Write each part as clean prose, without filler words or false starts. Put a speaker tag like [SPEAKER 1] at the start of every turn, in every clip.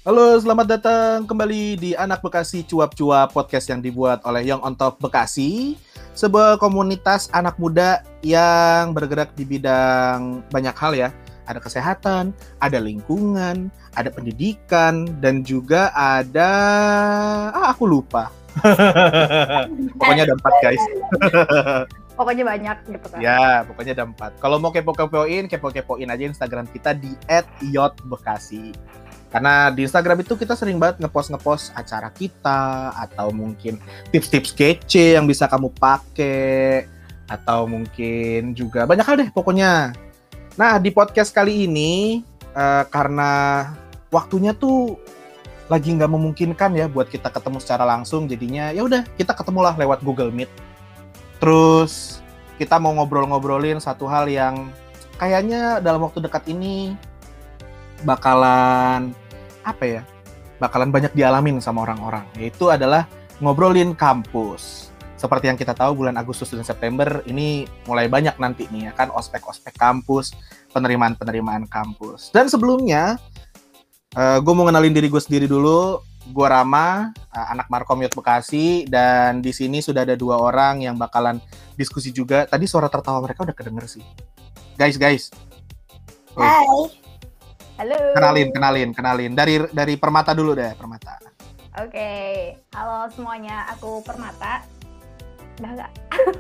[SPEAKER 1] Halo, selamat datang kembali di Anak Bekasi Cuap-Cuap, podcast yang dibuat oleh Young on Top Bekasi, sebuah komunitas anak muda yang bergerak di bidang banyak hal ya. Ada kesehatan, ada lingkungan, ada pendidikan, dan juga ada... aku lupa. Pokoknya ada 4 guys.
[SPEAKER 2] Pokoknya banyak gitu kan.
[SPEAKER 1] Ya, pokoknya ada 4. Kalau mau kepo-kepoin aja Instagram kita di @yotbekasi. Karena di Instagram itu kita sering banget ngepost acara kita, atau mungkin tips-tips kece yang bisa kamu pakai, atau mungkin juga banyak hal deh pokoknya. Nah, di podcast kali ini, karena waktunya tuh lagi nggak memungkinkan ya buat kita ketemu secara langsung, jadinya ya udah kita ketemulah lewat Google Meet. Terus kita mau ngobrol-ngobrolin satu hal yang kayaknya dalam waktu dekat ini bakalan banyak dialamin sama orang-orang, yaitu adalah ngobrolin kampus. Seperti yang kita tahu, bulan Agustus dan September ini mulai banyak nanti nih ya kan, ospek kampus, penerimaan kampus. Dan sebelumnya gue mau ngenalin diri gue sendiri dulu. Gue Rama, anak Markom Yot Bekasi, dan di sini sudah ada 2 orang yang bakalan diskusi juga. Tadi suara tertawa mereka udah kedenger sih. Guys.
[SPEAKER 2] Hai. Halo.
[SPEAKER 1] Kenalin. Dari Permata dulu deh, Permata.
[SPEAKER 2] Oke. Halo semuanya, aku Permata. Udah enggak?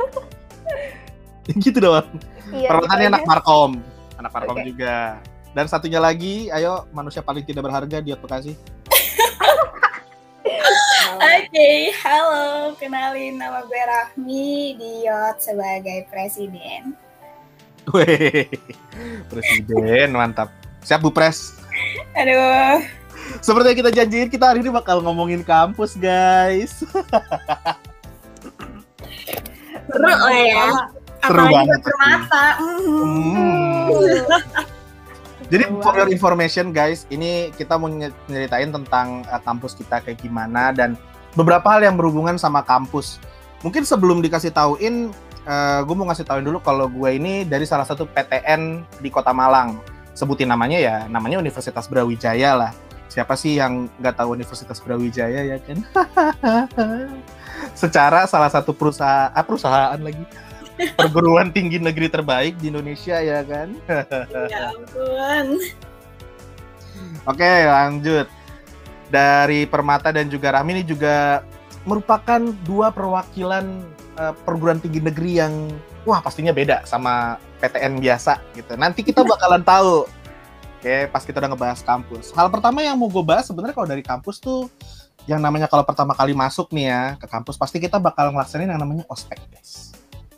[SPEAKER 1] Gitu doang.
[SPEAKER 2] Iya,
[SPEAKER 1] Permata ini anak Markom
[SPEAKER 2] Okay.
[SPEAKER 1] juga. Dan satunya lagi, ayo manusia paling tidak berharga di Yot Bekasi.
[SPEAKER 3] Oke, halo. Kenalin, nama gue Rahmi, di Yot sebagai presiden.
[SPEAKER 1] Weh, presiden, mantap. Siap Bu Pres.
[SPEAKER 3] Aduh.
[SPEAKER 1] Seperti yang kita janjiin, kita hari ini bakal ngomongin kampus, guys.
[SPEAKER 3] Seru lah ya.
[SPEAKER 1] Seru
[SPEAKER 3] Apalagi
[SPEAKER 1] banget.
[SPEAKER 3] Permata.
[SPEAKER 1] Jadi for your information guys, ini kita mau nyeritain tentang kampus kita kayak gimana dan beberapa hal yang berhubungan sama kampus. Mungkin sebelum dikasih tauin, gue mau ngasih tauin dulu kalau gue ini dari salah satu PTN di Kota Malang. Sebutin namanya ya, namanya Universitas Brawijaya lah. Siapa sih yang nggak tahu Universitas Brawijaya ya kan? Secara salah satu perusahaan lagi. Perguruan tinggi negeri terbaik di Indonesia ya kan?
[SPEAKER 3] Ya ampun.
[SPEAKER 1] Oke, lanjut. Dari Permata dan juga Rami ini juga merupakan 2 perwakilan perguruan tinggi negeri yang wah pastinya beda sama PTN biasa gitu. Nanti kita bakalan tahu. Oke, pas kita udah ngebahas kampus. Hal pertama yang mau gue bahas sebenarnya kalau dari kampus tuh yang namanya kalau pertama kali masuk nih ya ke kampus pasti kita bakal ngelaksanain yang namanya ospek, guys.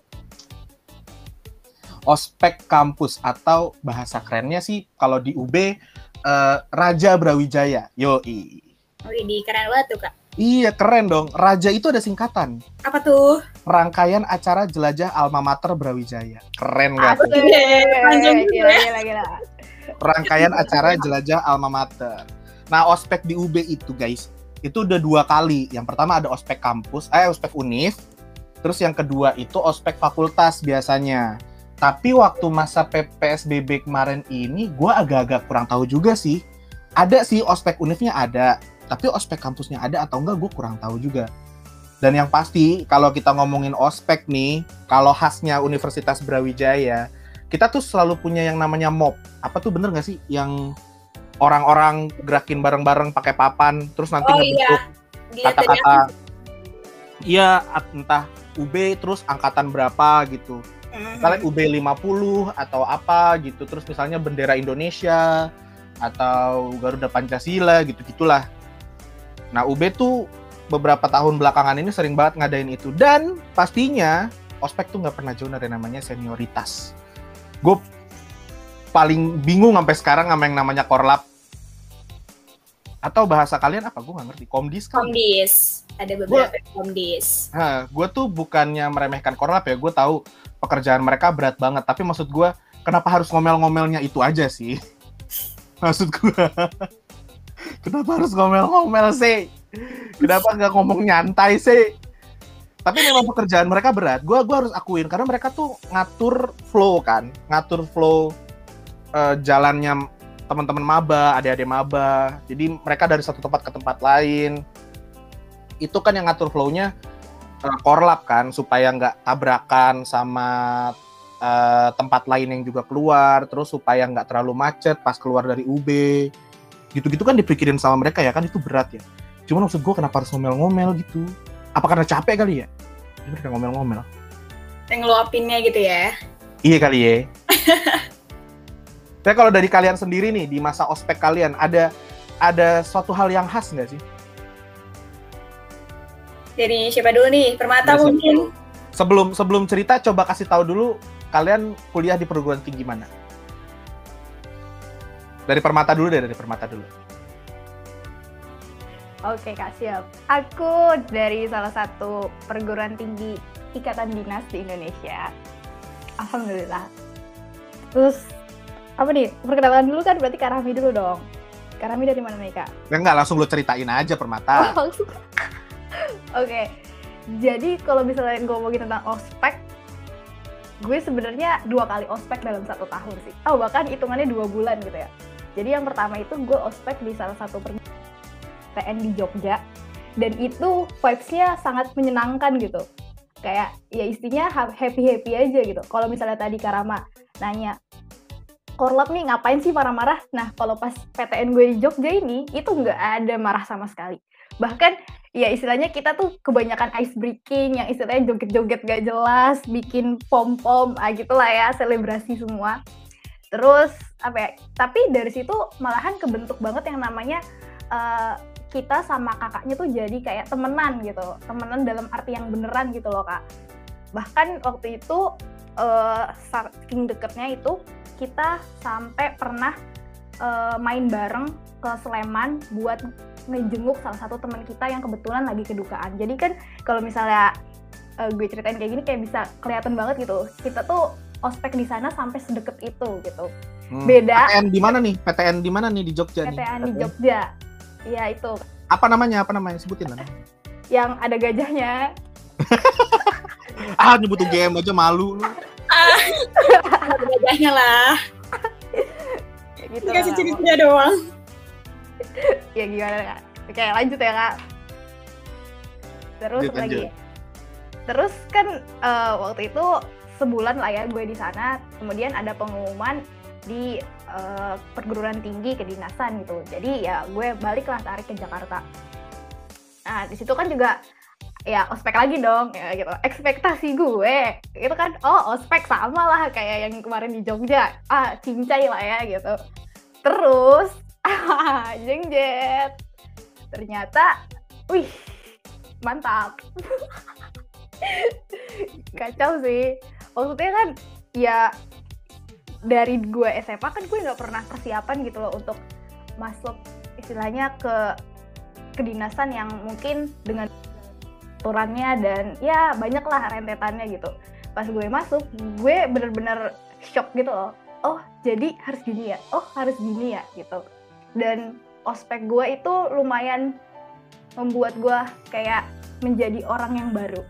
[SPEAKER 1] Ospek kampus atau bahasa kerennya sih kalau di UB Raja Brawijaya. Yoi.
[SPEAKER 3] Wih, keren banget tuh, Kak.
[SPEAKER 1] Iya, keren dong. Raja itu ada singkatan.
[SPEAKER 3] Apa tuh?
[SPEAKER 1] Rangkaian acara jelajah Alma Mater Brawijaya. Keren gak tuh?
[SPEAKER 3] Panjang gitu ya.
[SPEAKER 2] Gila.
[SPEAKER 1] Rangkaian acara jelajah Alma Mater. Nah, ospek di UB itu guys, itu udah 2 kali. Yang pertama ada ospek kampus, ospek univ. Terus yang kedua itu ospek fakultas biasanya. Tapi waktu masa PSBB kemarin ini, gue agak-agak kurang tahu juga sih. Ada sih ospek univnya ada, tapi ospek kampusnya ada atau enggak gue kurang tahu juga. Dan yang pasti, kalau kita ngomongin ospek nih, kalau khasnya Universitas Brawijaya, kita tuh selalu punya yang namanya MOP. Apa tuh, bener nggak sih? Yang orang-orang gerakin bareng-bareng pakai papan, terus nanti ngebentuk kata-kata. Iya, entah UB terus angkatan berapa gitu. Misalnya UB 50 atau apa gitu. Terus misalnya bendera Indonesia atau Garuda Pancasila gitu-gitulah. Nah, UB tuh beberapa tahun belakangan ini sering banget ngadain itu. Dan pastinya ospek tuh nggak pernah jauh dari namanya senioritas. Gue paling bingung sampai sekarang sama yang namanya korlap. Atau bahasa kalian apa? Gue nggak ngerti. Komdis kan?
[SPEAKER 3] Komdis. Ada beberapa komdis.
[SPEAKER 1] Gue tuh bukannya meremehkan korlap ya. Gue tahu pekerjaan mereka berat banget. Tapi maksud gue, kenapa harus ngomel-ngomelnya itu aja sih? Maksud gue, kenapa harus ngomel-ngomel sih? Kenapa nggak ngomong nyantai sih? Tapi memang pekerjaan mereka berat. Gue harus akuin karena mereka tuh ngatur flow kan, jalannya teman-teman maba, adik-adik maba. Jadi mereka dari satu tempat ke tempat lain. Itu kan yang ngatur flow-nya korlap kan, supaya nggak tabrakan sama tempat lain yang juga keluar, terus supaya nggak terlalu macet pas keluar dari UB. Gitu-gitu kan dipikirin sama mereka ya, kan itu berat ya. Cuma maksud gue kenapa harus ngomel-ngomel gitu? Apa karena capek kali ya? Ini mereka ngomel-ngomel.
[SPEAKER 3] Yang ngeluapinnya gitu ya?
[SPEAKER 1] Iya kali ya. Tapi kalau dari kalian sendiri nih, di masa ospek kalian, ada suatu hal yang khas nggak sih?
[SPEAKER 3] Dari siapa dulu nih? Permata
[SPEAKER 1] Dari
[SPEAKER 3] mungkin?
[SPEAKER 1] Sebelum cerita, coba kasih tahu dulu kalian kuliah di perguruan tinggi mana? Dari Permata dulu deh, dari Permata dulu.
[SPEAKER 2] Oke Kak, siap. Aku dari salah satu perguruan tinggi Ikatan Dinas di Indonesia. Alhamdulillah. Terus, apa nih? Perkenalan dulu kan berarti Kak Rahmi dulu dong. Kak Rahmi dari mana nih Kak?
[SPEAKER 1] Ya enggak, langsung lo ceritain aja Permata.
[SPEAKER 2] Oke. Jadi kalau misalnya ngomongin tentang ospek, gue sebenarnya 2 kali ospek dalam 1 tahun sih. Bahkan hitungannya 2 bulan gitu ya. Jadi yang pertama itu gue ospek di salah satu PTN di Jogja. Dan itu vibes-nya sangat menyenangkan gitu. Kayak ya istinya happy-happy aja gitu. Kalau misalnya tadi Karama nanya, korlap nih ngapain sih marah-marah? Nah kalau pas PTN gue di Jogja ini, itu nggak ada marah sama sekali. Bahkan ya istilahnya kita tuh kebanyakan ice breaking, yang istilahnya joget-joget gak jelas, bikin pom-pom, gitulah ya, selebrasi semua. Terus apa ya? Tapi dari situ malahan kebentuk banget yang namanya kita sama kakaknya tuh jadi kayak temenan gitu, temenan dalam arti yang beneran gitu loh Kak. Bahkan waktu itu saking deketnya itu kita sampai pernah main bareng ke Sleman buat ngejenguk salah satu teman kita yang kebetulan lagi kedukaan. Jadi kan kalau misalnya gue ceritain kayak gini kayak bisa kelihatan banget gitu. Kita tuh ospek di sana sampai sedekat itu gitu. Beda.
[SPEAKER 1] PTN di mana nih? PTN di mana nih di Jogja nih?
[SPEAKER 2] PTN di Jogja. Iya itu.
[SPEAKER 1] Apa namanya? Sebutin lah.
[SPEAKER 2] Yang ada gajahnya.
[SPEAKER 1] Nyebut UGM aja malu lu.
[SPEAKER 3] Ada gajahnya lah.
[SPEAKER 2] Gitu
[SPEAKER 3] Kasih cerita doang.
[SPEAKER 2] Ya gimana Kak? Oke lanjut ya Kak. Terus
[SPEAKER 1] Lanjut.
[SPEAKER 2] lagi. Terus kan waktu itu sebulan lah ya gue di sana. Kemudian ada pengumuman di perguruan tinggi kedinasan gitu. Jadi ya gue baliklah tarik ke Jakarta. Nah di situ kan juga ya ospek lagi dong ya gitu. Ekspektasi gue itu kan ospek sama lah kayak yang kemarin di Jogja. Cincai lah ya gitu. Terus jengjet. Ternyata wih mantap. Kacau sih. Maksudnya kan ya dari gue SMA kan gue nggak pernah persiapan gitu loh untuk masuk istilahnya ke kedinasan yang mungkin dengan aturannya dan ya banyak lah rentetannya gitu. Pas gue masuk gue bener-bener shock gitu loh. Jadi harus gini ya, harus gini ya gitu. Dan ospek gue itu lumayan membuat gue kayak menjadi orang yang baru.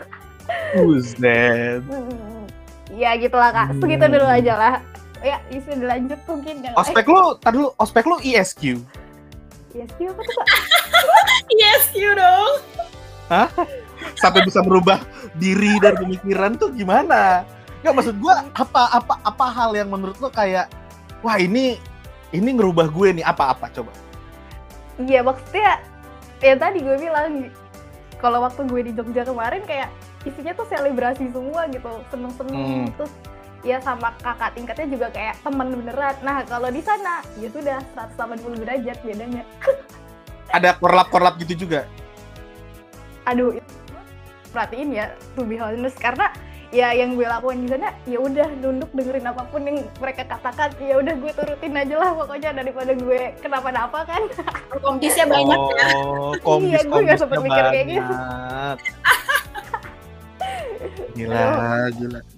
[SPEAKER 1] Buset.
[SPEAKER 2] Ya gitulah Kak, segitu dulu aja lah. Ya, bisa dilanjut mungkin.
[SPEAKER 1] Ospek lu ISQ.
[SPEAKER 2] ISQ apa tuh Kak?
[SPEAKER 3] Yes, you dong.
[SPEAKER 1] Hah? Sampai bisa merubah diri dan pemikiran tuh gimana? Nggak, maksud gue apa hal yang menurut lo kayak wah ini ngerubah gue nih, apa coba?
[SPEAKER 2] Iya maksudnya ya tadi gue bilang kalau waktu gue di Jogja kemarin kayak isinya tuh selebrasi semua gitu, seneng-seneng. Terus ya sama kakak tingkatnya juga kayak teman beneran. Nah kalau di sana ya sudah 180 derajat bedanya.
[SPEAKER 1] Ada korlap gitu juga?
[SPEAKER 2] Aduh, perhatiin ya, to be honest, karena ya yang gue lakuin di sana ya udah nunduk dengerin apapun yang mereka katakan, ya udah gue turutin aja lah pokoknya daripada gue kenapa-napa kan.
[SPEAKER 3] Komdisnya banyak ya.
[SPEAKER 2] Iya, gue nggak sempet mikir kayak gitu.
[SPEAKER 1] Gila.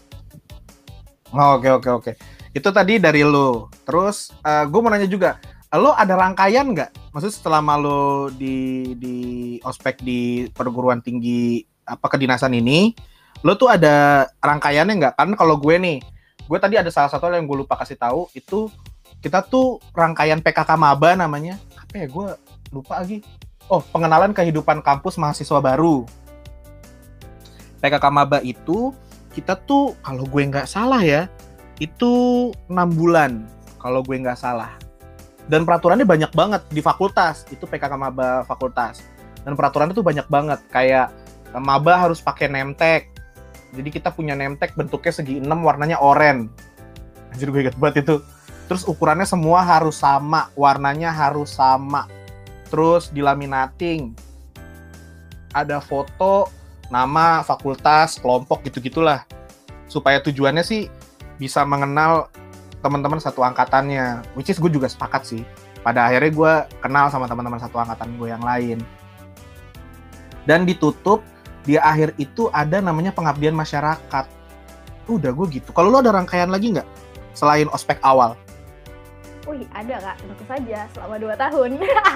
[SPEAKER 1] Oke. Itu tadi dari lo. Terus gue mau nanya juga, lo ada rangkaian nggak? Maksudnya setelah lo di ospek di perguruan tinggi kedinasan ini, lo tuh ada rangkaiannya nggak? Kan kalau gue tadi ada salah satu yang gue lupa kasih tahu itu kita tuh rangkaian PKK Maba namanya. Apa ya, gue lupa lagi. Oh, pengenalan kehidupan kampus mahasiswa baru. PKK Maba itu kita tuh kalau gue nggak salah ya, itu 6 bulan kalau gue nggak salah. Dan peraturannya banyak banget di fakultas. Itu PKK Maba fakultas. Dan peraturannya tuh banyak banget. Kayak Maba harus pakai name tag. Jadi kita punya name tag bentuknya segi 6, warnanya oranye. Anjir, gue inget banget itu. Terus ukurannya semua harus sama, warnanya harus sama. Terus dilaminating. Ada foto, nama, fakultas, kelompok, gitu-gitulah. Supaya tujuannya sih bisa mengenal teman-teman satu angkatannya. Which is gue juga sepakat sih. Pada akhirnya gue kenal sama teman-teman satu angkatan gue yang lain. Dan ditutup, di akhir itu ada namanya pengabdian masyarakat. Udah, gue gitu. Kalau lo ada rangkaian lagi nggak? Selain ospek awal?
[SPEAKER 2] Wih, ada Kak, tentu saja selama 2 tahun.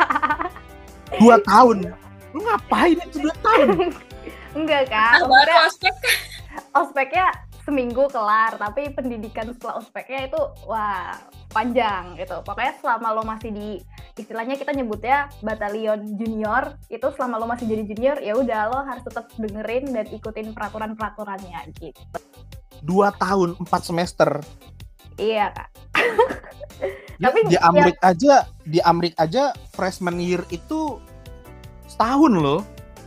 [SPEAKER 1] 2 tahun? Lu ngapain itu 2 tahun?
[SPEAKER 2] Enggak Kak,
[SPEAKER 3] Baru ospek.
[SPEAKER 2] ospeknya seminggu kelar, tapi pendidikan setelah ospeknya itu wah panjang gitu. Pokoknya selama lo masih di, istilahnya kita nyebutnya batalion junior, itu selama lo masih jadi junior ya udah lo harus tetap dengerin dan ikutin peraturannya gitu.
[SPEAKER 1] 2 tahun, 4 semester.
[SPEAKER 2] Iya Kak.
[SPEAKER 1] Ya,
[SPEAKER 2] Tapi
[SPEAKER 1] di Amrik aja freshman year itu setahun loh.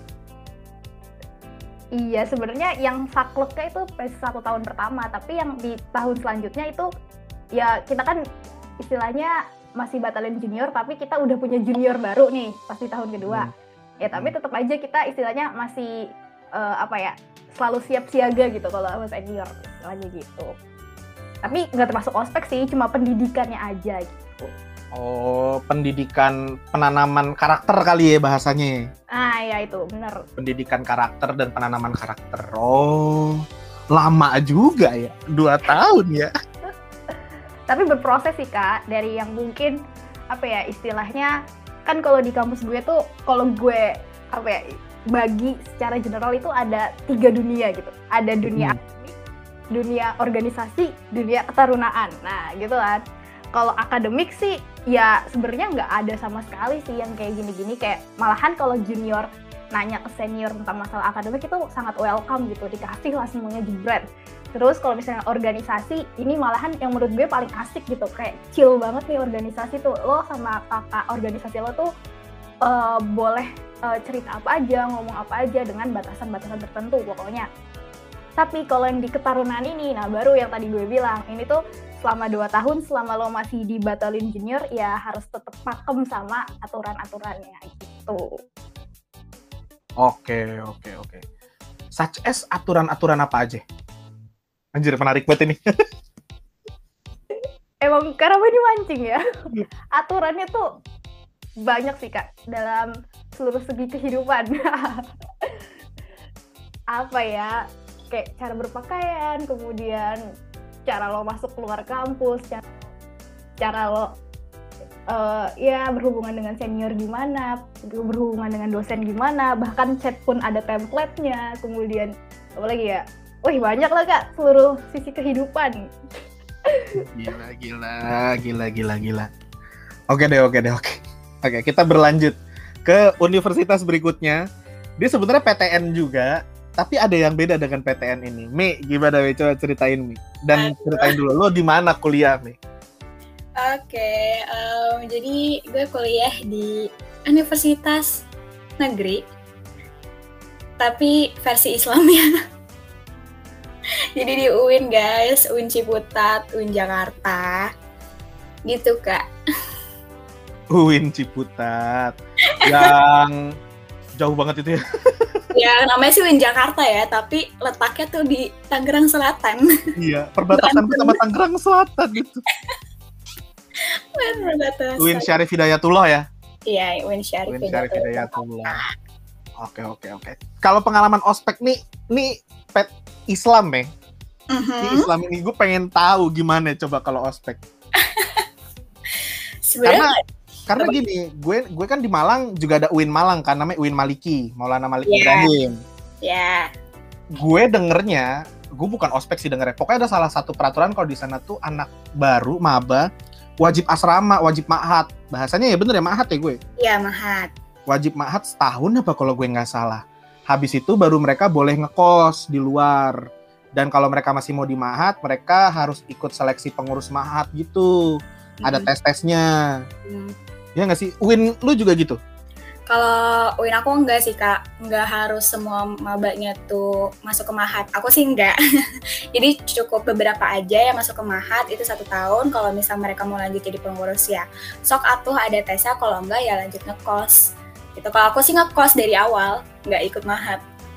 [SPEAKER 2] Iya, sebenarnya yang sakleknya itu pas 1 tahun pertama, tapi yang di tahun selanjutnya itu ya kita kan istilahnya masih batalion junior, tapi kita udah punya junior baru nih pas di tahun kedua. Ya tapi tetap aja kita istilahnya masih selalu siap siaga gitu kalau sama senior istilahnya gitu. Tapi nggak termasuk ospek sih, cuma pendidikannya aja gitu.
[SPEAKER 1] Oh, pendidikan penanaman karakter kali ya bahasanya.
[SPEAKER 2] Ah ya itu bener.
[SPEAKER 1] Pendidikan karakter dan penanaman karakter. Oh, lama juga ya, 2 tahun ya.
[SPEAKER 2] Tapi berproses sih Kak, dari yang mungkin istilahnya kan kalau di kampus gue tuh kalau gue bagi secara general itu ada 3 dunia gitu. Ada dunia akademik, dunia organisasi, dunia ketarunaan. Nah, gitu kan. Kalau akademik sih ya sebenarnya nggak ada sama sekali sih yang kayak gini-gini, kayak malahan kalau junior nanya ke senior tentang masalah akademik itu sangat welcome gitu, dikasih lah semuanya jebret. Terus kalau misalnya organisasi, ini malahan yang menurut gue paling asik gitu, kayak chill banget nih organisasi tuh. Lo sama kakak organisasi lo tuh boleh cerita apa aja, ngomong apa aja dengan batasan-batasan tertentu pokoknya. Tapi kalau yang di ketarunaan ini, nah baru yang tadi gue bilang, ini tuh selama 2 tahun, selama lo masih di batalion junior, ya harus tetap pakem sama aturan-aturannya gitu.
[SPEAKER 1] Oke. Such as aturan-aturan apa aja? Anjir, menarik banget ini.
[SPEAKER 2] Emang karena ini mancing ya. Aturannya tuh banyak sih Kak, dalam seluruh segi kehidupan. Apa ya, kayak cara berpakaian, kemudian cara lo masuk keluar kampus, cara lo berhubungan dengan senior gimana, berhubungan dengan dosen gimana, bahkan chat pun ada template-nya, kemudian apa lagi ya, wih banyak lah Kak, seluruh sisi kehidupan.
[SPEAKER 1] Gila. Oke, kita berlanjut ke universitas berikutnya. Dia sebenarnya PTN juga, tapi ada yang beda dengan PTN ini. Mi, gimana Mi? Coba ceritain Mi. Dan ceritain dulu, lo di mana kuliah Mi?
[SPEAKER 3] Oke, jadi gue kuliah di Universitas Negeri, tapi versi Islamnya. Jadi di UIN guys, UIN Ciputat, UIN Jakarta, gitu Kak.
[SPEAKER 1] UIN Ciputat, yang jauh banget itu ya.
[SPEAKER 3] Ya namanya sih UIN Jakarta ya, tapi letaknya tuh di Tangerang Selatan.
[SPEAKER 1] Iya, perbatasan sama Tangerang Selatan gitu. UIN Syarif Hidayatullah ya?
[SPEAKER 3] Iya, UIN Syarif
[SPEAKER 1] Hidayatullah. Oke. Kalau pengalaman ospek nih pet Islam ya? Di Islam ini gue pengen tahu gimana coba kalau ospek. Karena gini, gue kan di Malang juga ada UIN Malang kan, namanya UIN Maliki, Maulana Malik Ibrahim.
[SPEAKER 3] Iya.
[SPEAKER 1] Gue dengernya, gue bukan ospek sih dengernya. Pokoknya ada salah satu peraturan kalau di sana tuh anak baru maba wajib asrama, wajib ma'had. Bahasanya ya bener ya ma'had ya gue?
[SPEAKER 3] Iya, ma'had.
[SPEAKER 1] Wajib ma'had setahun apa kalau gue nggak salah. Habis itu baru mereka boleh ngekos di luar. Dan kalau mereka masih mau di ma'had, mereka harus ikut seleksi pengurus ma'had gitu. Ada tes-tesnya. Ya nggak sih? Win, lu juga gitu?
[SPEAKER 3] Kalau Win aku enggak sih Kak, enggak harus semua mabanya tuh masuk ke ma'had. Aku sih enggak. Jadi cukup beberapa aja yang masuk ke ma'had itu 1 tahun. Kalau misal mereka mau lanjut jadi pengurus ya sok atuh ada tesnya, kalau enggak ya lanjut ngekos. Gitu. Kalau aku sih ngekos dari awal, enggak ikut ma'had.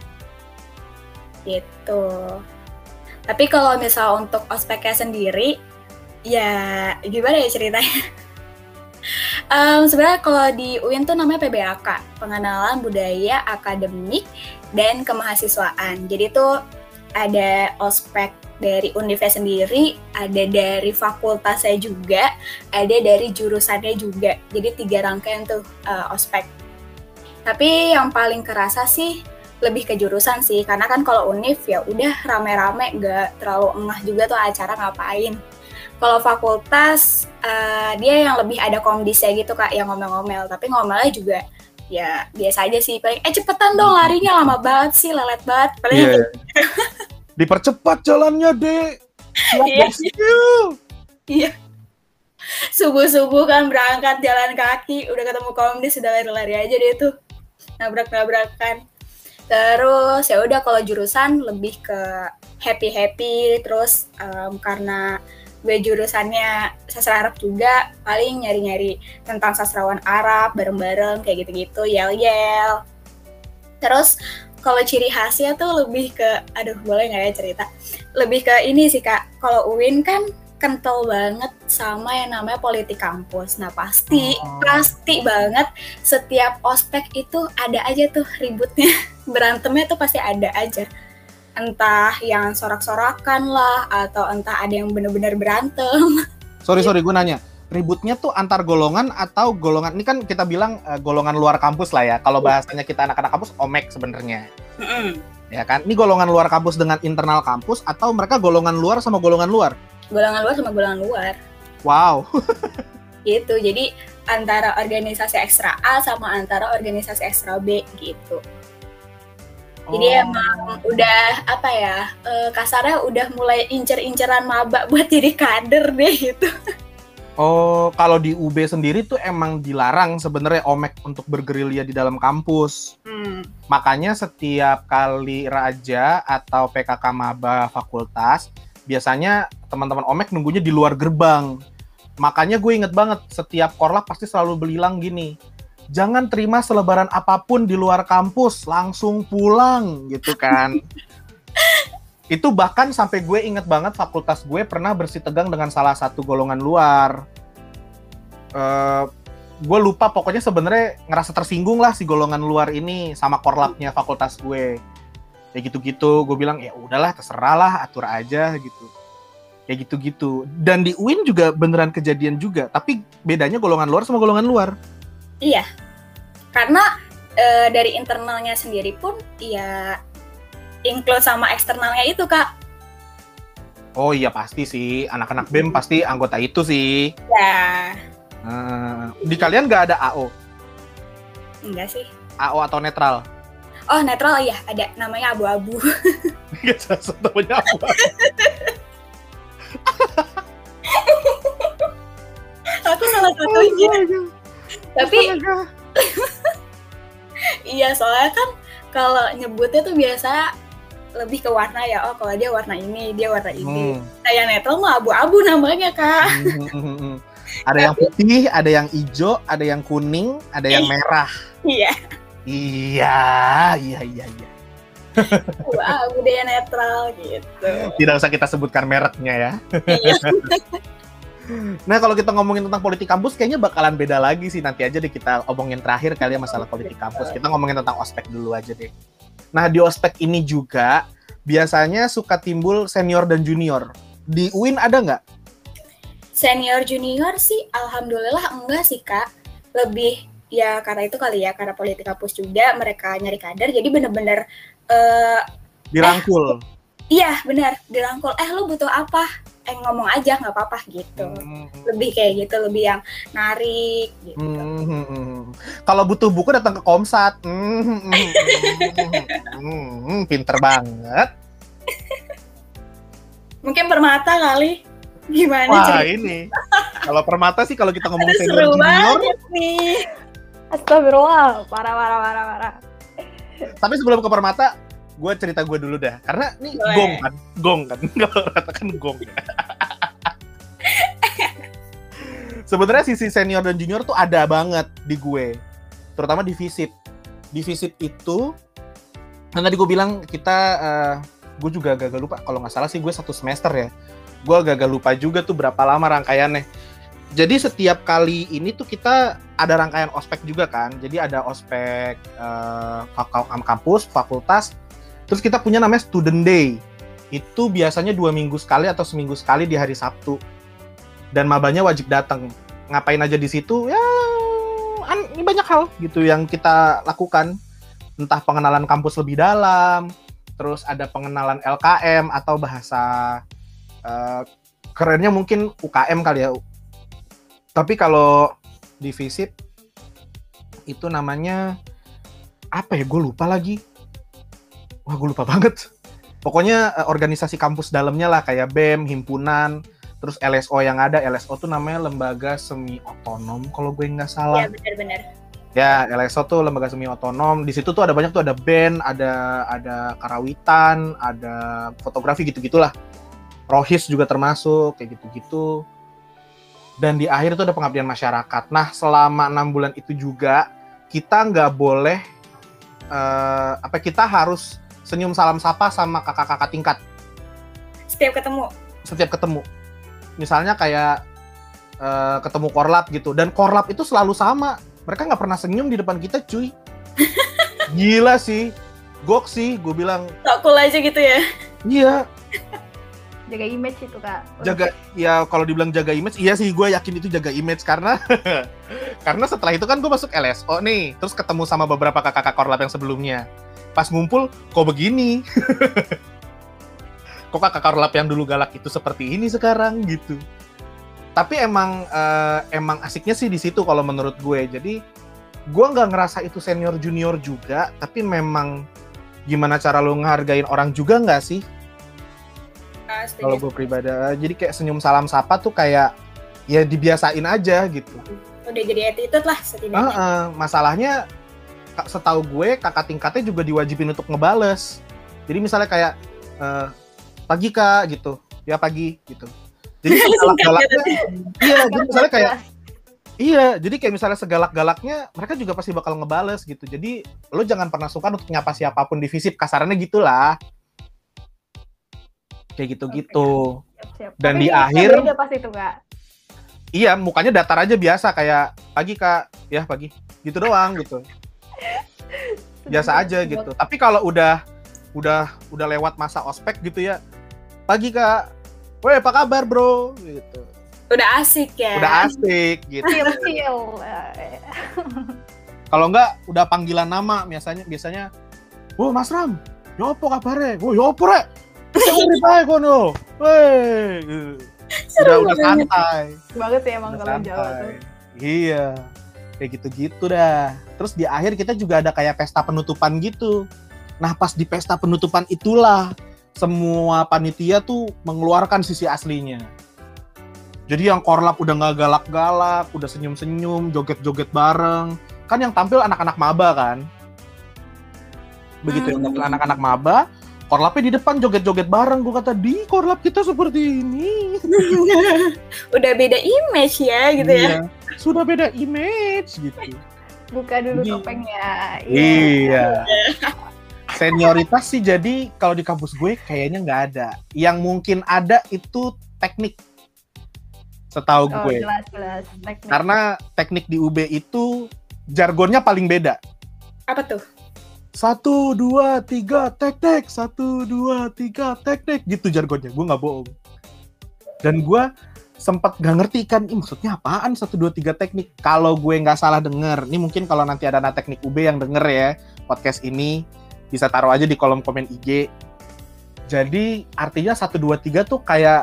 [SPEAKER 3] Gitu. Tapi kalau misal untuk ospeknya sendiri, ya gimana ya ceritanya? Sebenarnya kalau di UIN tuh namanya PBAK, Pengenalan Budaya Akademik dan Kemahasiswaan. Jadi tuh ada ospek dari Univnya sendiri, ada dari fakultasnya juga, ada dari jurusannya juga. Jadi 3 rangkaian tuh ospek. Tapi yang paling kerasa sih lebih ke jurusan sih, karena kan kalau Univ ya udah rame-rame, nggak terlalu engah juga tuh acara ngapain. Kalau fakultas, dia yang lebih ada komdisnya gitu Kak, yang ngomel-ngomel. Tapi ngomelnya juga ya biasa aja sih. Paling, cepetan dong larinya, lama banget sih, lelet banget. Paling
[SPEAKER 1] dipercepat jalannya, Dek.
[SPEAKER 3] Iya. Subuh-subuh kan berangkat jalan kaki, udah ketemu komdis, udah lari-lari aja deh tuh. Nabrak-nabrakan. Terus ya udah kalau jurusan lebih ke happy-happy, terus karena gue jurusannya sastra Arab juga, paling nyari-nyari tentang sastrawan Arab bareng-bareng kayak gitu-gitu, yel-yel. Terus kalau ciri khasnya tuh lebih ke, aduh boleh nggak ya cerita? Lebih ke ini sih Kak, kalau UIN kan kental banget sama yang namanya politik kampus. Nah pasti banget setiap ospek itu ada aja tuh ributnya, berantemnya tuh pasti ada aja. Entah yang sorak-sorakan lah, atau entah ada yang bener-bener berantem.
[SPEAKER 1] Sorry, gue nanya. Ributnya tuh antar golongan atau golongan, ini kan kita bilang golongan luar kampus lah ya. Kalau bahasanya kita anak-anak kampus, omek sebenarnya. Ya kan? Ini golongan luar kampus dengan internal kampus, atau mereka golongan luar sama golongan luar?
[SPEAKER 3] Golongan luar sama golongan luar.
[SPEAKER 1] Wow.
[SPEAKER 3] Gitu, jadi antara organisasi ekstra A sama antara organisasi ekstra B gitu. Jadi emang udah apa ya, kasarnya udah mulai incer-inceran maba buat jadi kader deh gitu.
[SPEAKER 1] Oh, kalau di UB sendiri tuh emang dilarang sebenarnya omek untuk bergerilya di dalam kampus. Makanya setiap kali raja atau PKK maba fakultas, biasanya teman-teman omek nunggunya di luar gerbang. Makanya gue inget banget, setiap korlap pasti selalu belilang gini, jangan terima selebaran apapun di luar kampus, langsung pulang gitu kan. Itu bahkan sampai gue inget banget fakultas gue pernah bersitegang dengan salah satu golongan luar. Gue lupa, pokoknya sebenarnya ngerasa tersinggung lah si golongan luar ini sama korlapnya fakultas gue. Kayak gitu-gitu, gue bilang ya udahlah terserah lah, atur aja gitu. Kayak gitu-gitu. Dan di UIN juga beneran kejadian juga, tapi bedanya golongan luar sama golongan luar.
[SPEAKER 3] Iya, karena dari internalnya sendiri pun ya include sama eksternalnya itu Kak.
[SPEAKER 1] Oh iya pasti sih, anak-anak BEM pasti anggota itu sih.
[SPEAKER 3] Ya.
[SPEAKER 1] Di kalian nggak ada AO?
[SPEAKER 3] Enggak sih.
[SPEAKER 1] AO atau netral?
[SPEAKER 3] Oh netral ya, ada namanya abu-abu.
[SPEAKER 1] Nggak jelas namanya abu-abu.
[SPEAKER 3] Aku salah satunya. Tapi iya soalnya kan kalau nyebutnya tuh biasa lebih ke warna ya. Oh kalau dia warna ini, dia warna ini. Kayak netral mah abu-abu namanya Kak.
[SPEAKER 1] Ada yang putih, ada yang hijau, ada yang kuning, ada yang merah.
[SPEAKER 3] Iya.
[SPEAKER 1] Iya.
[SPEAKER 3] Wah, budaya netral gitu.
[SPEAKER 1] Tidak usah kita sebutkan mereknya ya.
[SPEAKER 3] Iya.
[SPEAKER 1] Nah kalau kita ngomongin tentang politik kampus kayaknya bakalan beda lagi sih. Nanti aja deh kita omongin terakhir kali ya masalah politik kampus. Kita ngomongin tentang ospek dulu aja deh. Nah di ospek ini juga biasanya suka timbul senior dan junior. Di UIN ada nggak?
[SPEAKER 3] Senior junior sih alhamdulillah enggak sih Kak. Lebih ya karena itu kali ya, karena politik kampus juga mereka nyari kader, jadi bener-bener
[SPEAKER 1] dirangkul.
[SPEAKER 3] Iya benar, dirangkul. Lu butuh apa? ngomong aja nggak apa-apa gitu. Lebih kayak gitu, lebih yang narik gitu.
[SPEAKER 1] Kalau butuh buku datang ke Komsat. Pinter banget.
[SPEAKER 3] Mungkin Permata kali. Gimana
[SPEAKER 1] Wah,
[SPEAKER 3] cerita?
[SPEAKER 1] ini. Kalau Permata sih kalau kita ngomong
[SPEAKER 3] Aduh,
[SPEAKER 1] senior
[SPEAKER 3] seru
[SPEAKER 1] junior,
[SPEAKER 3] banget nih.
[SPEAKER 2] Astagfirullah, parah.
[SPEAKER 1] tapi sebelum ke Permata, gue cerita gue dulu dah. Karena ini
[SPEAKER 3] Boleh.
[SPEAKER 1] gong kan. Kalau katakan gong. Sebenarnya sisi senior dan junior tuh ada banget di gue. Terutama di FISIP. Di FISIP itu, kan tadi gue bilang kita, gue juga agak lupa. Kalau nggak salah sih gue 1 semester ya. Gue agak lupa juga tuh berapa lama rangkaiannya. Jadi setiap kali ini tuh kita ada rangkaian ospek juga kan. Jadi ada ospek kampus, fakultas. Terus kita punya namanya Student Day. Itu biasanya 2 minggu sekali atau seminggu sekali di hari Sabtu. Dan mabanya wajib datang. Ngapain aja di situ? Ya, ini banyak hal gitu yang kita lakukan. Entah pengenalan kampus lebih dalam, terus ada pengenalan LKM atau bahasa kerennya mungkin UKM kali ya. Tapi kalau di FISIP itu namanya apa ya? Gue lupa lagi. Wah, gue lupa banget. Pokoknya organisasi kampus dalamnya lah, kayak BEM, himpunan, terus LSO yang ada. LSO tuh namanya lembaga semi otonom kalau gue nggak salah.
[SPEAKER 3] Ya, benar-benar.
[SPEAKER 1] Ya, LSO tuh lembaga semi otonom. Di situ tuh ada banyak tuh, ada band, ada karawitan, ada fotografi gitu-gitulah. Rohis juga termasuk, kayak gitu-gitu. Dan di akhir tuh ada pengabdian masyarakat. Nah, selama 6 bulan itu juga kita nggak boleh kita harus senyum salam sapa sama kakak-kakak tingkat
[SPEAKER 3] Setiap ketemu. Misalnya kayak
[SPEAKER 1] ketemu korlap gitu, dan korlap itu selalu sama. Mereka nggak pernah senyum di depan kita, cuy. Gila sih, gok sih, gue bilang.
[SPEAKER 3] Tak cool aja gitu ya.
[SPEAKER 1] Iya.
[SPEAKER 2] Jaga image itu, Kak.
[SPEAKER 1] Ya kalau dibilang jaga image, iya sih, gue yakin itu jaga image karena karena setelah itu kan gue masuk LSO nih, terus ketemu sama beberapa kakak-kakak korlap yang sebelumnya. Pas ngumpul, kok begini? Kok kakak korlap yang dulu galak itu seperti ini sekarang gitu. Tapi emang asiknya sih di situ kalau menurut gue. Jadi gue nggak ngerasa itu senior junior juga, tapi memang gimana cara lo ngehargain orang juga nggak sih? Kalau gue pribadi, jadi kayak senyum salam sapa tuh kayak ya dibiasain aja gitu.
[SPEAKER 3] Udah jadi attitude lah setidaknya.
[SPEAKER 1] Masalahnya setahu gue kakak tingkatnya juga diwajibin untuk ngebales. Jadi misalnya kayak pagi Kak gitu, ya pagi gitu. Jadi segalak-galaknya, jadi misalnya kayak jadi kayak misalnya segalak-galaknya mereka juga pasti bakal ngebales gitu. Jadi lo jangan pernah sungkan untuk nyapa siapapun di FISIP, kasarannya gitulah. Kayak gitu-gitu.
[SPEAKER 2] Siap.
[SPEAKER 1] Dan
[SPEAKER 2] tapi
[SPEAKER 1] di akhir
[SPEAKER 2] beda pas itu, Kak.
[SPEAKER 1] Iya, mukanya datar aja biasa kayak pagi Kak, ya pagi. Gitu doang gitu. Biasa aja gitu. Tapi kalau udah lewat masa ospek gitu ya. Pagi Kak. Woi, apa kabar, Bro? Gitu.
[SPEAKER 3] Udah asik ya.
[SPEAKER 1] Udah asik gitu.
[SPEAKER 2] Chill.
[SPEAKER 1] Kalau enggak udah panggilan nama biasanya. "Oh, Mas Ram, yo apa kabare?" "Oh, yo apa rek?" "Urip ae kono." Weh. Udah santai.
[SPEAKER 2] Banget sih emang kalau Jawa tuh.
[SPEAKER 1] Iya. Kayak gitu-gitu dah. Terus di akhir kita juga ada kayak pesta penutupan gitu. Nah, pas di pesta penutupan itulah semua panitia tuh mengeluarkan sisi aslinya. Jadi yang korlap udah nggak galak-galak, udah senyum-senyum, joget-joget bareng. Kan yang tampil anak-anak maba kan. Begitu yang tampil anak-anak maba, korlapnya di depan joget-joget bareng. Gue kata, di korlap kita seperti ini.
[SPEAKER 3] Udah beda image ya gitu ya.
[SPEAKER 1] Sudah beda image gitu.
[SPEAKER 2] Buka dulu topengnya.
[SPEAKER 1] Iya. Senioritas sih jadi kalau di kampus gue kayaknya nggak ada. Yang mungkin ada itu teknik. Setahu gue.
[SPEAKER 2] Jelas. Teknik.
[SPEAKER 1] Karena teknik di UB itu jargonnya paling beda.
[SPEAKER 3] Apa tuh?
[SPEAKER 1] 1, 2, 3, tek-tek. 1, 2, 3, tek-tek. Gitu jargonnya, gue nggak bohong. Dan gue sempat nggak ngerti kan, maksudnya apaan 1, 2, 3 teknik. Kalau gue nggak salah denger, ini mungkin kalau nanti ada anak teknik UB yang denger ya, podcast ini, bisa taruh aja di kolom komen IG. Jadi artinya 1, 2, 3 tuh kayak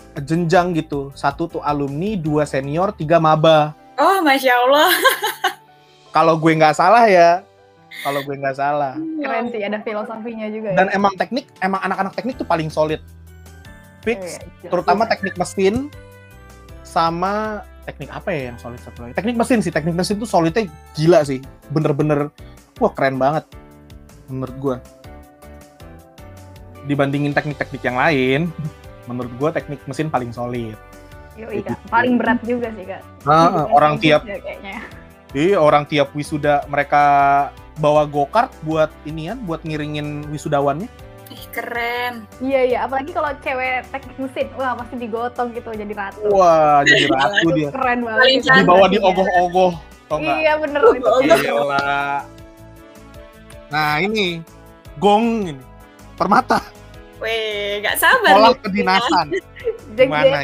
[SPEAKER 1] jenjang gitu. 1 tuh alumni, 2 senior, 3 maba.
[SPEAKER 3] Oh, Masya Allah.
[SPEAKER 1] Kalau gue nggak salah ya.
[SPEAKER 2] Keren sih, ada filosofinya juga
[SPEAKER 1] Dan
[SPEAKER 2] ya.
[SPEAKER 1] emang anak-anak teknik tuh paling solid. Fix,
[SPEAKER 2] Iya,
[SPEAKER 1] terutama teknik mesin sama teknik apa ya yang solid satu lagi? Teknik mesin tuh solidnya gila sih. Bener-bener, wah keren banget menurut gue. Dibandingin teknik-teknik yang lain, menurut gue teknik mesin paling solid.
[SPEAKER 2] Yoi, Kak. Paling berat juga sih, Kak.
[SPEAKER 1] Nah, orang tiap
[SPEAKER 2] Ya, kayaknya.
[SPEAKER 1] orang tiap wisuda mereka bawa go-kart buat buat ngiringin wisudawannya.
[SPEAKER 3] Ih, keren.
[SPEAKER 2] Iya, apalagi kalau cewek teknik mesin, wah pasti digotong gitu jadi ratu.
[SPEAKER 1] Wah, jadi ratu dia.
[SPEAKER 2] Keren banget.
[SPEAKER 3] Paling
[SPEAKER 2] itu.
[SPEAKER 3] cantik.
[SPEAKER 1] Dibawa diogoh-ogoh, tau nggak?
[SPEAKER 2] Iya, bener itu.
[SPEAKER 1] Gila. Nah, ini gong ini. Permata,
[SPEAKER 3] Weh, gak sabar
[SPEAKER 1] sekolah
[SPEAKER 3] nih.
[SPEAKER 1] kedinasan.
[SPEAKER 2] Jek,
[SPEAKER 1] Gimana?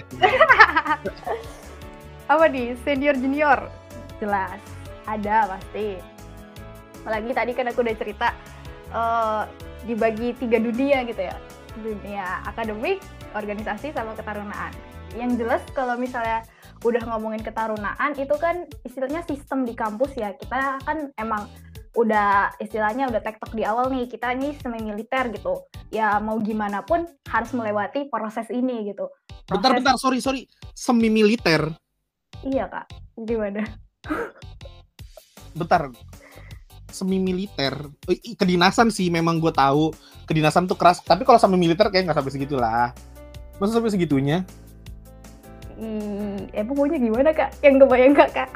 [SPEAKER 2] apa nih, senior junior? Jelas, ada pasti. Apalagi tadi kan aku udah cerita dibagi 3 dunia gitu ya. Dunia akademik, organisasi, sama ketarunaan. Yang jelas kalau misalnya udah ngomongin ketarunaan, itu kan istilahnya sistem di kampus ya. Kita kan emang udah istilahnya udah tektok di awal nih, kita ini semi militer gitu. Ya mau gimana pun harus melewati proses ini gitu.
[SPEAKER 1] Bentar, sorry. Semi militer.
[SPEAKER 2] Iya, Kak. Gimana?
[SPEAKER 1] Bentar. Semi militer. Kedinasan sih memang gue tahu. Kedinasan tuh keras. Tapi kalau semi militer kayak nggak sampai segitulah. Masa sampai segitunya?
[SPEAKER 2] Pokoknya gimana, Kak? Yang kebayang nggak, Kak?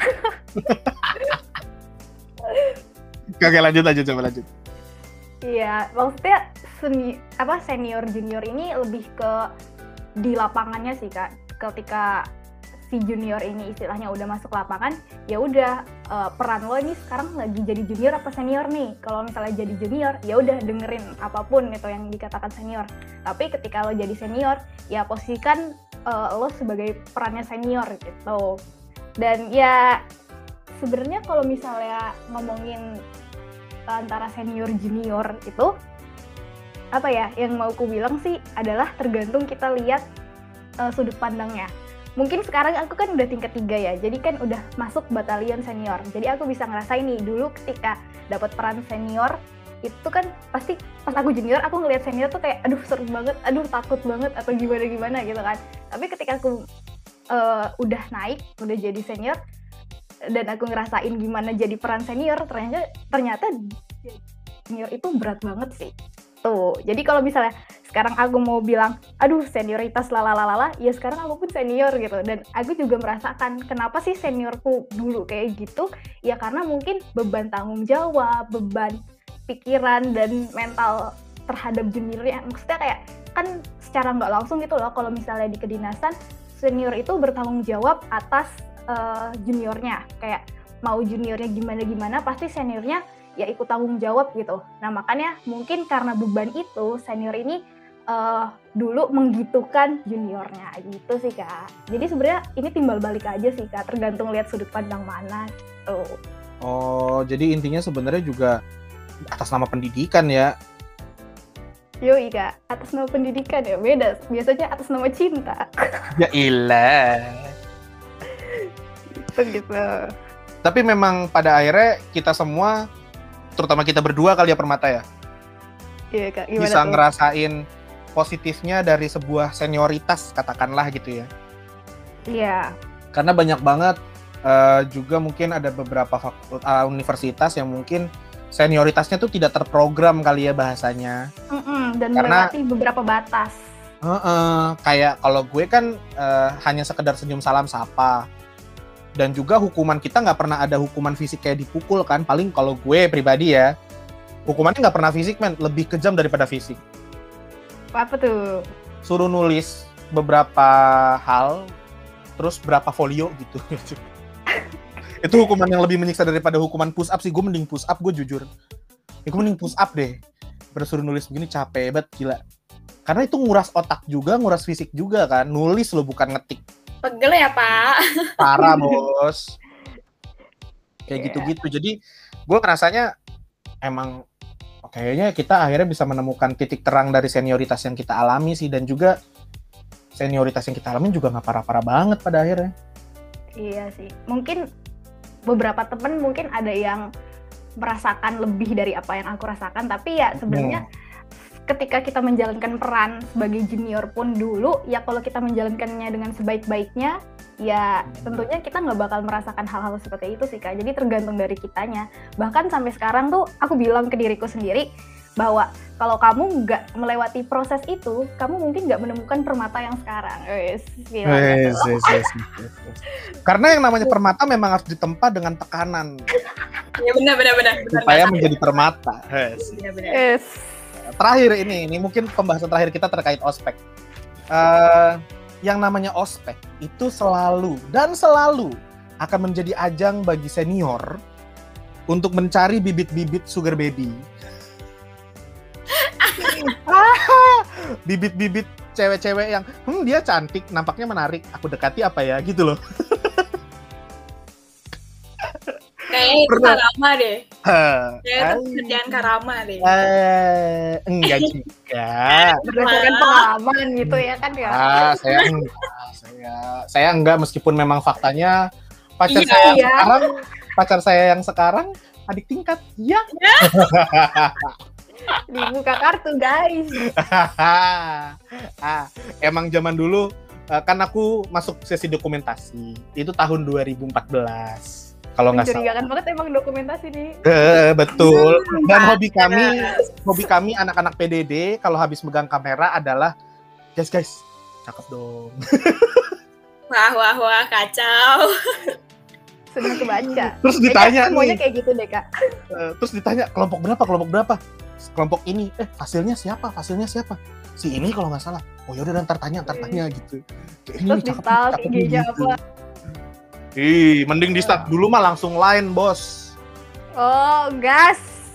[SPEAKER 1] Oke, coba lanjut.
[SPEAKER 2] Iya, maksudnya senior junior ini lebih ke di lapangannya sih, Kak. Ketika si junior ini istilahnya udah masuk lapangan, ya udah peran lo ini sekarang lagi jadi junior apa senior nih. Kalau misalnya jadi junior, ya udah dengerin apapun itu yang dikatakan senior. Tapi ketika lo jadi senior, ya posisikan lo sebagai perannya senior gitu. Dan ya sebenarnya kalau misalnya ngomongin antara senior junior itu apa ya, yang mau ku bilang sih adalah tergantung kita lihat sudut pandangnya. Mungkin sekarang aku kan udah tingkat 3 ya, jadi kan udah masuk batalion senior. Jadi aku bisa ngerasain nih, dulu ketika dapat peran senior itu kan pasti pas aku junior aku ngelihat senior tuh kayak aduh seru banget, aduh takut banget atau gimana gitu kan. Tapi ketika aku udah naik, udah jadi senior dan aku ngerasain gimana jadi peran senior, ternyata senior itu berat banget sih. Tuh, jadi kalau misalnya sekarang aku mau bilang, aduh senioritas lalalala, ya sekarang aku pun senior gitu. Dan aku juga merasakan kenapa sih seniorku dulu kayak gitu, ya karena mungkin beban tanggung jawab, beban pikiran dan mental terhadap juniornya. Maksudnya kayak, kan secara nggak langsung gitu loh, kalau misalnya di kedinasan, senior itu bertanggung jawab atas juniornya. Kayak mau juniornya gimana-gimana, pasti seniornya ya ikut tanggung jawab gitu. Nah makanya mungkin karena beban itu, senior ini dulu menggitukan juniornya gitu sih, Kak. Jadi sebenarnya ini timbal balik aja sih, Kak, tergantung lihat sudut pandang mana gitu.
[SPEAKER 1] Oh, jadi intinya sebenarnya juga atas nama pendidikan ya.
[SPEAKER 2] Yoi, Kak, atas nama pendidikan ya, beda. Biasanya atas nama cinta.
[SPEAKER 1] Ya ilah.
[SPEAKER 2] Gitu.
[SPEAKER 1] Tapi memang pada akhirnya kita semua, terutama kita berdua kali ya Permata ya,
[SPEAKER 2] Iya, Kak, gimana
[SPEAKER 1] bisa
[SPEAKER 2] tuh?
[SPEAKER 1] ngerasain positifnya dari sebuah senioritas, katakanlah gitu ya.
[SPEAKER 2] Iya.
[SPEAKER 1] Karena banyak banget juga mungkin ada beberapa universitas yang mungkin senioritasnya tuh tidak terprogram kali ya bahasanya.
[SPEAKER 2] Dan
[SPEAKER 1] Karena
[SPEAKER 2] melewati beberapa batas.
[SPEAKER 1] Kayak kalau gue kan hanya sekedar senyum salam sapa. Dan juga hukuman kita nggak pernah ada hukuman fisik kayak dipukul kan. Paling kalau gue pribadi ya, hukumannya nggak pernah fisik men, lebih kejam daripada fisik.
[SPEAKER 2] Apa tuh?
[SPEAKER 1] Suruh nulis beberapa hal, terus berapa folio gitu. Itu hukuman yang lebih menyiksa daripada hukuman push up sih. Gue mending push up, gue jujur. Gue mending push up deh. Bersuruh nulis begini capek banget, gila. Karena itu nguras otak juga, nguras fisik juga kan. Nulis lo bukan ngetik.
[SPEAKER 3] Pegel ya, Pak.
[SPEAKER 1] Parah, bos. Kayak gitu-gitu. Jadi gue ngerasanya emang kayaknya kita akhirnya bisa menemukan titik terang dari senioritas yang kita alami sih. Dan juga senioritas yang kita alamin juga nggak parah-parah banget pada akhirnya.
[SPEAKER 2] Iya sih, mungkin beberapa temen mungkin ada yang merasakan lebih dari apa yang aku rasakan, tapi ya sebenarnya ketika kita menjalankan peran sebagai junior pun dulu, ya kalau kita menjalankannya dengan sebaik-baiknya, ya tentunya kita nggak bakal merasakan hal-hal seperti itu sih Kak. Jadi tergantung dari kitanya. Bahkan sampai sekarang tuh aku bilang ke diriku sendiri bahwa kalau kamu nggak melewati proses itu, kamu mungkin nggak menemukan permata yang sekarang.
[SPEAKER 1] Karena yang namanya permata memang harus ditempa dengan tekanan.
[SPEAKER 3] Ya benar.
[SPEAKER 1] Supaya menjadi permata.
[SPEAKER 3] Benar.
[SPEAKER 1] Terakhir ini mungkin pembahasan terakhir kita terkait ospek. Yang namanya ospek itu selalu akan menjadi ajang bagi senior untuk mencari bibit-bibit sugar baby. Bibit-bibit cewek-cewek yang dia cantik, nampaknya menarik, aku dekati apa ya gitu loh.
[SPEAKER 3] Kayaknya itu Karama deh. Kayaknya itu kerjaan Karama deh.
[SPEAKER 1] Enggak juga.
[SPEAKER 2] Berdasarkan pengalaman gitu ya kan ya.
[SPEAKER 1] Saya enggak, meskipun memang faktanya pacar saya yang sekarang adik tingkat. Iya.
[SPEAKER 2] Dibuka kartu guys.
[SPEAKER 1] Emang zaman dulu kan aku masuk sesi dokumentasi. Itu tahun 2014. Kalau nggak salah.
[SPEAKER 2] Mencurigakan banget emang dokumentasi nih.
[SPEAKER 1] Betul. Dan hobi kami anak-anak PDD kalau habis megang kamera adalah guys, cakep dong.
[SPEAKER 3] Wah, kacau.
[SPEAKER 2] Sudah kebaca.
[SPEAKER 1] Terus ditanya
[SPEAKER 2] semuanya kayak gitu deh Kak.
[SPEAKER 1] Terus ditanya kelompok berapa? Kelompok ini. Hasilnya siapa? Si ini kalau nggak salah. Oh yaudah ntar tanya gitu.
[SPEAKER 2] Terus di stalk IG-nya apa?
[SPEAKER 1] Mending di start dulu mah langsung line, bos.
[SPEAKER 2] Oh, gas.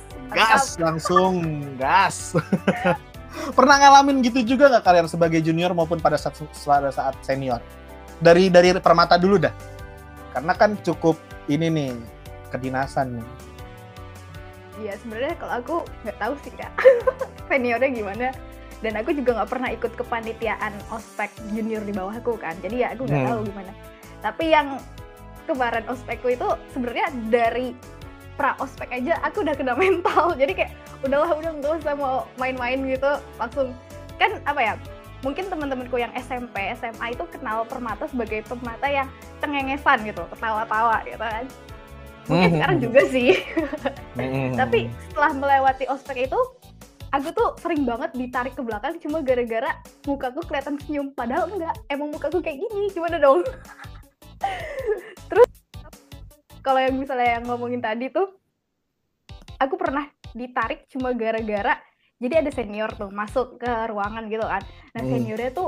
[SPEAKER 1] Pernah ngalamin gitu juga nggak kalian sebagai junior maupun pada saat senior? Dari permata dulu dah. Karena kan cukup ini nih, kedinasan nih.
[SPEAKER 2] Iya, sebenarnya kalau aku nggak tahu sih Kak. Seniornya gimana. Dan aku juga nggak pernah ikut kepanitiaan ospek junior di bawahku kan. Jadi ya aku nggak tahu gimana. Tapi yang kemarin ospekku itu sebenarnya dari pra ospek aja aku udah kena mental. Jadi kayak udah nggak usah mau main-main gitu, langsung kan apa ya, mungkin teman-temanku yang SMP, SMA itu kenal permata sebagai permata yang cengengesan gitu, ketawa-tawa gitu kan. Mungkin sekarang juga sih. Tapi setelah melewati ospek itu, aku tuh sering banget ditarik ke belakang cuma gara-gara mukaku kelihatan senyum. Padahal enggak, emang mukaku kayak gini, gimana dong? Terus kalau yang misalnya yang ngomongin tadi tuh, aku pernah ditarik cuma gara-gara jadi ada senior tuh masuk ke ruangan gitu kan. Nah seniornya tuh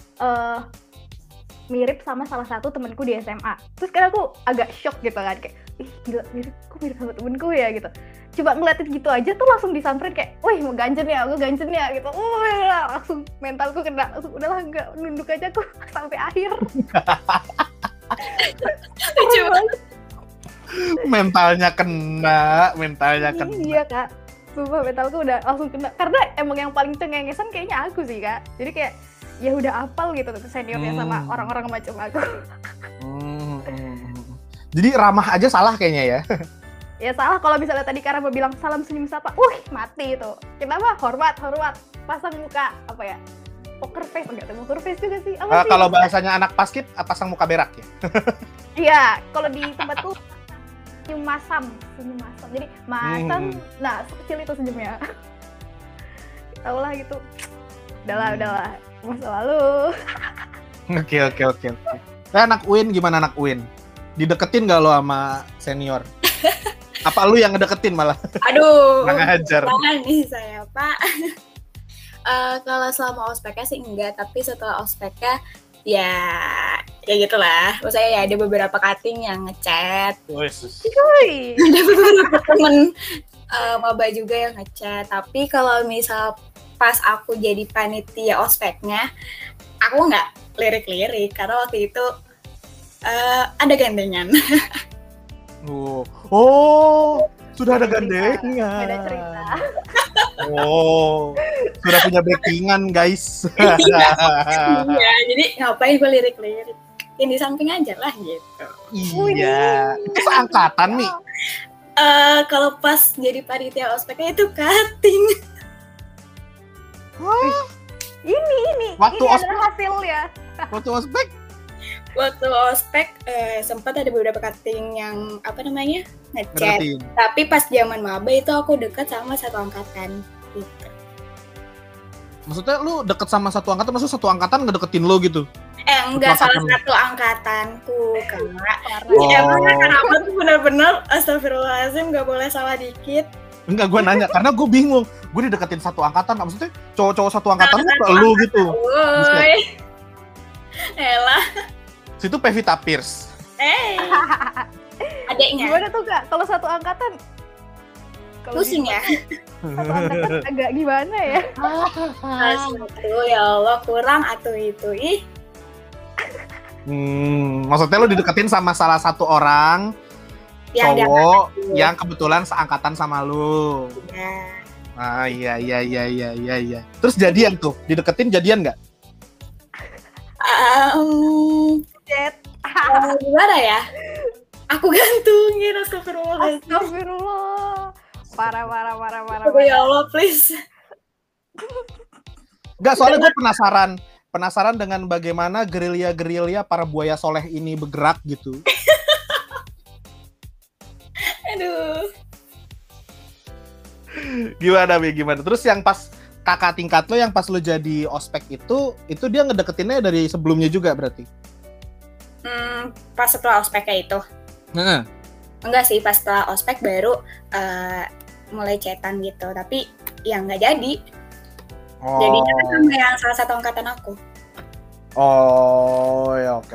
[SPEAKER 2] mirip sama salah satu temanku di SMA. Terus kan aku agak shock gitu kan, kayak gila mirip sama temenku ya gitu. Coba ngeliatin gitu aja tuh langsung disamperin kayak, wih mau ganjen ya gitu. Langsung mentalku kena, langsung udahlah enggak, nunduk aja aku sampai akhir.
[SPEAKER 3] Lucu banget.
[SPEAKER 1] Mentalnya kena.
[SPEAKER 2] Iya Kak, sumpah mentalku udah langsung kena. Karena emang yang paling cengengesan kayaknya aku sih Kak. Jadi kayak ya udah apal gitu seniornya sama orang-orang macam aku.
[SPEAKER 1] Jadi ramah aja salah kayaknya ya.
[SPEAKER 2] Ya salah kalau misalnya tadi Karama bilang salam senyum sapa, mati itu. Kenapa? Hormat, pasang muka apa ya? Poker face, enggak poker face juga sih.
[SPEAKER 1] Kalau bahasanya anak paskib, pasang muka berak ya.
[SPEAKER 2] Iya, kalau di tempatku senyum masam. Jadi masam, nah sekecil itu senyumnya. Tahu lah gitu. Udahlah, masa lalu.
[SPEAKER 1] Oke. Anak UIN gimana anak UIN? Dideketin nggak lo sama senior? Apa lu yang ngedeketin malah?
[SPEAKER 3] Aduh,
[SPEAKER 1] ngajar.
[SPEAKER 3] Mana nih saya Pak? Kalau selama ospeknya sih enggak, tapi setelah ospeknya ya gitulah. Maksudnya ya ada beberapa cutting yang ngechat. Ada beberapa temen maba juga yang ngechat. Tapi kalau misal pas aku jadi panitia ospeknya, aku nggak lirik-lirik karena waktu itu ada gandengan.
[SPEAKER 1] Oh, sudah ada gandengan.
[SPEAKER 2] Beda cerita.
[SPEAKER 1] Sudah punya backingan, guys.
[SPEAKER 3] Iya, jadi ngapain gue lirik-lirik? Yang di samping aja lah gitu.
[SPEAKER 1] Iya. Itu seangkatan nih.
[SPEAKER 3] Kalau pas jadi panitia ospeknya itu cutting.
[SPEAKER 2] Ini
[SPEAKER 1] Waktu
[SPEAKER 2] ini
[SPEAKER 1] ospek?
[SPEAKER 2] adalah hasilnya.
[SPEAKER 1] Waktu ospek?
[SPEAKER 3] Waktu ospek sempat ada beberapa cutting yang apa namanya ngechat.
[SPEAKER 1] Ngedeketin.
[SPEAKER 3] Tapi pas zaman maba itu aku dekat sama satu angkatan. Gitu.
[SPEAKER 1] Maksudnya lu deket sama satu angkatan, maksud satu angkatan ngedeketin lo gitu?
[SPEAKER 3] Enggak,
[SPEAKER 1] Satu
[SPEAKER 3] salah
[SPEAKER 1] angkatan.
[SPEAKER 3] satu angkatanku Kak.
[SPEAKER 2] Parah.
[SPEAKER 3] Iya, emang kenapa tuh benar-benar astagfirullahaladzim gak boleh salah dikit.
[SPEAKER 1] Enggak, gue nanya karena gue bingung. Gue dideketin satu angkatan, maksudnya cowok-cowok satu angkatan lu ke lu gitu.
[SPEAKER 3] Woi. Elah.
[SPEAKER 1] Situ Pevita Pierce.
[SPEAKER 3] Adeknya.
[SPEAKER 2] Gimana tuh Kak? Kalau satu angkatan? Kalau
[SPEAKER 3] Pusing ya.
[SPEAKER 2] satu angkatan agak gimana ya?
[SPEAKER 3] Aduh ya Allah, kurang atuh itu. Ih.
[SPEAKER 1] Maksudnya lu dideketin sama salah satu orang
[SPEAKER 3] Yang dia
[SPEAKER 1] cowok yang kebetulan seangkatan sama lu.
[SPEAKER 3] Ya.
[SPEAKER 1] Ah iya. Terus jadian tuh, dideketin jadian nggak?
[SPEAKER 2] Chat.
[SPEAKER 3] Gimana ya? Aku gantungin, astagfirullahaladzim.
[SPEAKER 2] Astagfirullah. Parah.
[SPEAKER 3] Aduh, ya Allah, please.
[SPEAKER 1] Nggak, soalnya gue penasaran dengan bagaimana gerilya para buaya soleh ini bergerak gitu.
[SPEAKER 3] Aduh.
[SPEAKER 1] Gimana? Terus yang pas kakak tingkat lo yang pas lo jadi ospek itu dia ngedeketinnya dari sebelumnya juga berarti?
[SPEAKER 3] Pas setelah ospeknya itu.
[SPEAKER 1] Heeh.
[SPEAKER 3] Enggak sih, pas setelah ospek baru mulai chatan gitu. Tapi ya nggak jadi.
[SPEAKER 1] Oh.
[SPEAKER 3] Jadinya kan sama yang salah satu angkatan aku.
[SPEAKER 1] Oh, ya oke.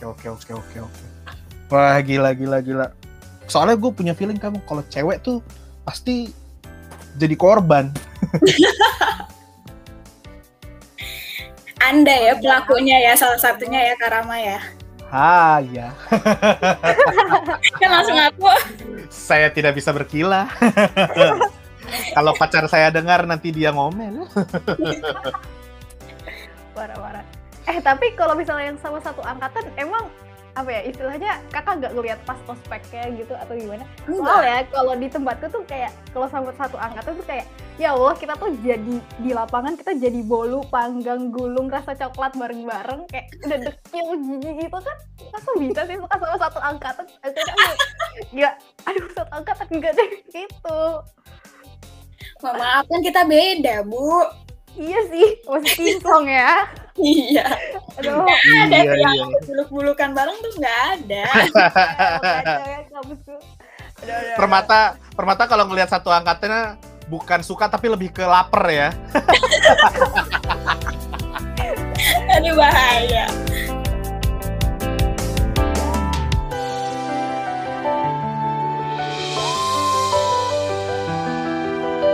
[SPEAKER 1] Wah, gila. Soalnya gue punya feeling kamu kalau cewek tuh pasti jadi korban.
[SPEAKER 3] Anda ya pelakunya ya, salah satunya ya Karama ya.
[SPEAKER 1] Ya.
[SPEAKER 3] Kan langsung aku.
[SPEAKER 1] Saya tidak bisa berkilah. Kalau pacar saya dengar nanti dia ngomel.
[SPEAKER 2] Parah. Tapi kalau misalnya yang sama satu angkatan, emang apa ya istilahnya kakak nggak ngeliat pas ospeknya gitu atau gimana? Soalnya kalau di tempatku tuh kayak kalau sama satu angkatan tuh kayak ya Allah kita tuh jadi di lapangan kita jadi bolu panggang gulung rasa coklat bareng-bareng kayak udah dekil gigi gitu kan masa bisa sih suka sama satu angkatan? Nggak, aduh satu angkatan enggak deh gitu.
[SPEAKER 3] Maaf kan kita beda, Bu.
[SPEAKER 2] Iya sih, masih kinclong ya.
[SPEAKER 3] Iya.
[SPEAKER 2] Aduh.
[SPEAKER 3] Nggak ada
[SPEAKER 1] Iya,
[SPEAKER 3] yang
[SPEAKER 1] iya.
[SPEAKER 3] buluk-bulukan bareng tuh nggak ada.
[SPEAKER 1] Permata kalau ngelihat satu angkatannya bukan suka tapi lebih ke lapar ya.